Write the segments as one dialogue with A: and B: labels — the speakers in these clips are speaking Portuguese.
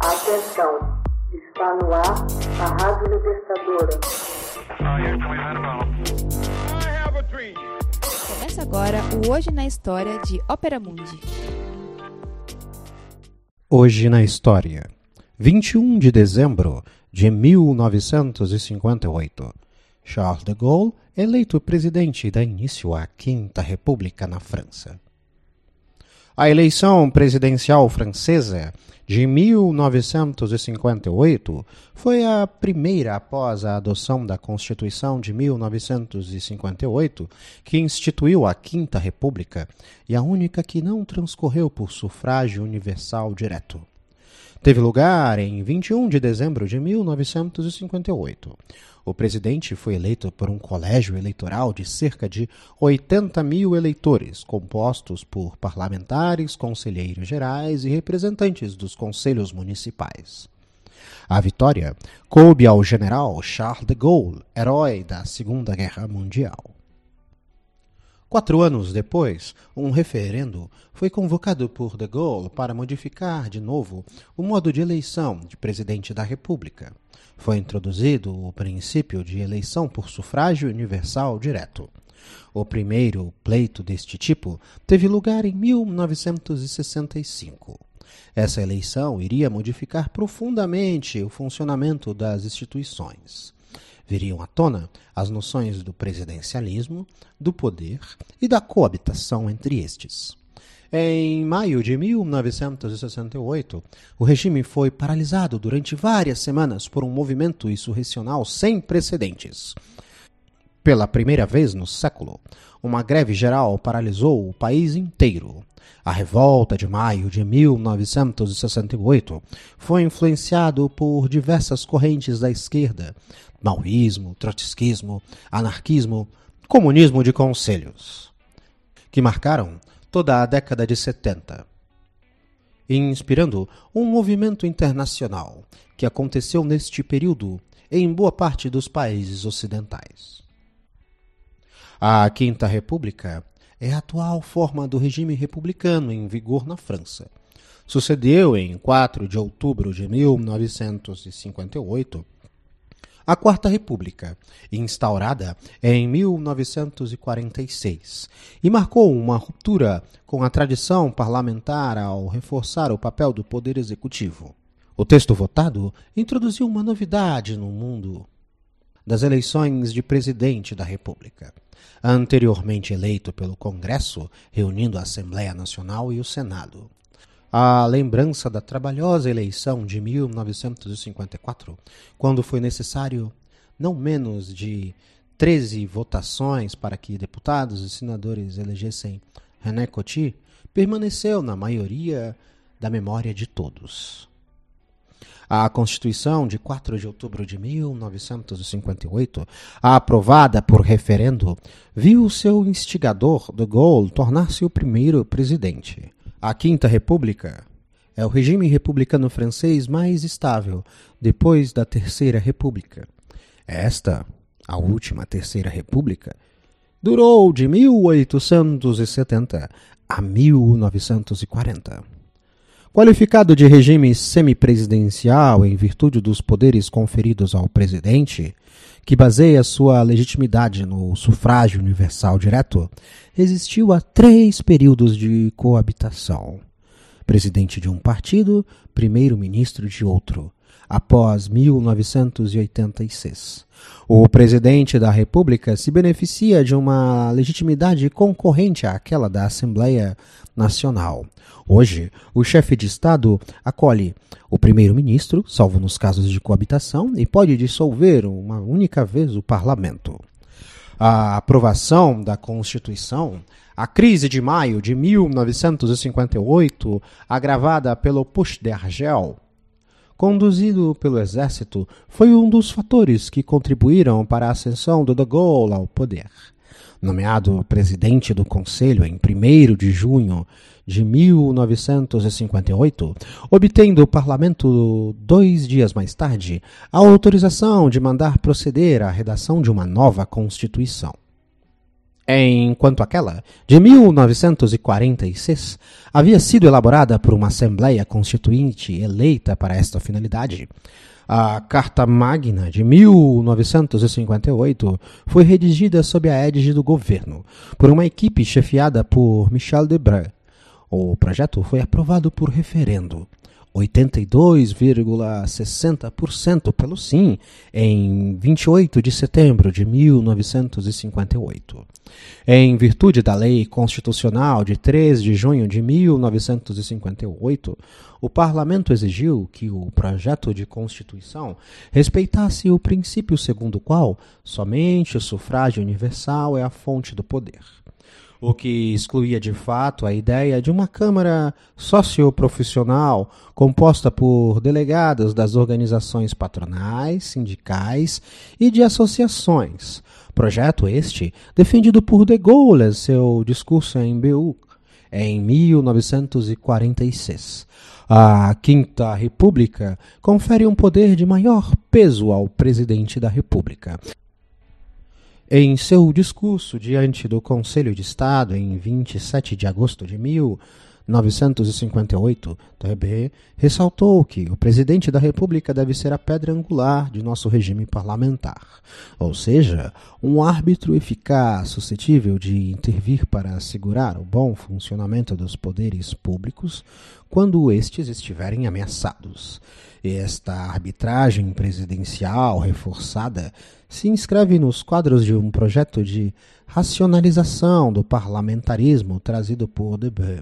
A: Atenção, está no ar a Rádio Libertadora.
B: Começa agora o Hoje na História de Ópera Mundi.
C: Hoje na História, 21 de dezembro de 1958. Charles de Gaulle, eleito presidente, dá início à Quinta República na França. A eleição presidencial francesa de 1958 foi a primeira após a adoção da Constituição de 1958, que instituiu a Quinta República, e a única que não transcorreu por sufrágio universal direto. Teve lugar em 21 de dezembro de 1958. O presidente foi eleito por um colégio eleitoral de cerca de 80 mil eleitores, compostos por parlamentares, conselheiros gerais e representantes dos conselhos municipais. A vitória coube ao general Charles de Gaulle, herói da Segunda Guerra Mundial. 4 anos depois, um referendo foi convocado por de Gaulle para modificar de novo o modo de eleição de presidente da República. Foi introduzido o princípio de eleição por sufrágio universal direto. O primeiro pleito deste tipo teve lugar em 1965. Essa eleição iria modificar profundamente o funcionamento das instituições. Viriam à tona as noções do presidencialismo, do poder e da coabitação entre estes. Em maio de 1968, o regime foi paralisado durante várias semanas por um movimento insurrecional sem precedentes. Pela primeira vez no século, uma greve geral paralisou o país inteiro. A revolta de maio de 1968 foi influenciado por diversas correntes da esquerda: maoísmo, trotskismo, anarquismo, comunismo de conselhos, que marcaram toda a década de 70, inspirando um movimento internacional que aconteceu neste período em boa parte dos países ocidentais. A Quinta República é a atual forma do regime republicano em vigor na França. Sucedeu em 4 de outubro de 1958 a Quarta República, instaurada em 1946, e marcou uma ruptura com a tradição parlamentar ao reforçar o papel do Poder Executivo. O texto votado introduziu uma novidade no mundo das eleições de presidente da República, anteriormente eleito pelo Congresso, reunindo a Assembleia Nacional e o Senado. A lembrança da trabalhosa eleição de 1954, quando foi necessário não menos de 13 votações para que deputados e senadores elegessem René Coty, permaneceu na maioria da memória de todos. A Constituição de 4 de outubro de 1958, aprovada por referendo, viu seu instigador, de Gaulle, tornar-se o primeiro presidente. A Quinta República é o regime republicano francês mais estável depois da Terceira República. Esta, a última Terceira República, durou de 1870 a 1940. Qualificado de regime semipresidencial em virtude dos poderes conferidos ao presidente, que baseia sua legitimidade no sufrágio universal direto, resistiu a 3 períodos de coabitação. Presidente de um partido, primeiro-ministro de outro, após 1986. O presidente da República se beneficia de uma legitimidade concorrente àquela da Assembleia Nacional. Hoje, o chefe de Estado acolhe o primeiro-ministro, salvo nos casos de coabitação, e pode dissolver uma única vez o parlamento. A aprovação da Constituição, a crise de maio de 1958, agravada pelo Putsch de Argel, conduzido pelo exército, foi um dos fatores que contribuíram para a ascensão de Gaulle ao poder. Nomeado presidente do Conselho em 1º de junho de 1958, obtendo o parlamento 2 dias mais tarde a autorização de mandar proceder à redação de uma nova Constituição. enquanto aquela, de 1946, havia sido elaborada por uma Assembleia Constituinte eleita para esta finalidade. A Carta Magna de 1958 foi redigida sob a égide do governo, por uma equipe chefiada por Michel Debré. O projeto foi aprovado por referendo. 82,60% pelo sim, em 28 de setembro de 1958. Em virtude da Lei Constitucional de 3 de junho de 1958, o Parlamento exigiu que o projeto de Constituição respeitasse o princípio segundo o qual somente o sufrágio universal é a fonte do poder, o que excluía de fato a ideia de uma Câmara socioprofissional composta por delegados das organizações patronais, sindicais e de associações. Projeto este defendido por De Gaulle em seu discurso em Beug, em 1946. A Quinta República confere um poder de maior peso ao presidente da República. Em seu discurso diante do Conselho de Estado, em 27 de agosto de 1958, Debré ressaltou que o presidente da República deve ser a pedra angular de nosso regime parlamentar, ou seja, um árbitro eficaz suscetível de intervir para assegurar o bom funcionamento dos poderes públicos quando estes estiverem ameaçados. Esta arbitragem presidencial reforçada se inscreve nos quadros de um projeto de racionalização do parlamentarismo trazido por Debré,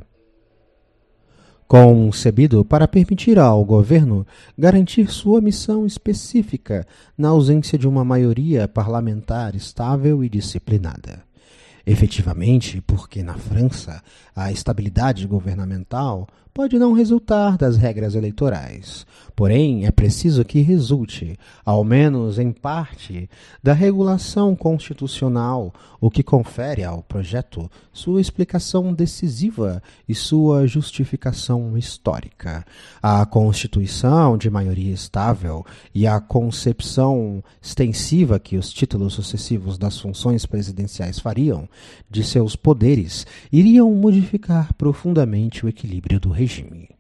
C: concebido para permitir ao governo garantir sua missão específica na ausência de uma maioria parlamentar estável e disciplinada. Efetivamente, porque na França a estabilidade governamental pode não resultar das regras eleitorais, porém é preciso que resulte, ao menos em parte, da regulação constitucional, o que confere ao projeto sua explicação decisiva e sua justificação histórica. A constituição de maioria estável e a concepção extensiva que os títulos sucessivos das funções presidenciais fariam de seus poderes iriam modificar profundamente o equilíbrio do regime.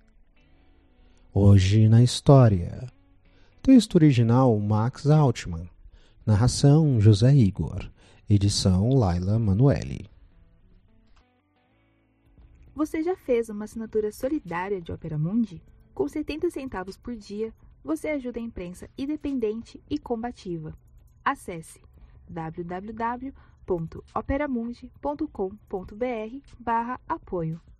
C: Hoje na História. Texto original Max Altman. Narração José Igor. Edição Laila Manoeli.
B: Você já fez uma assinatura solidária de Opera Mundi? Com 70 centavos por dia, você ajuda a imprensa independente e combativa. Acesse www.operamundi.com.br/apoio.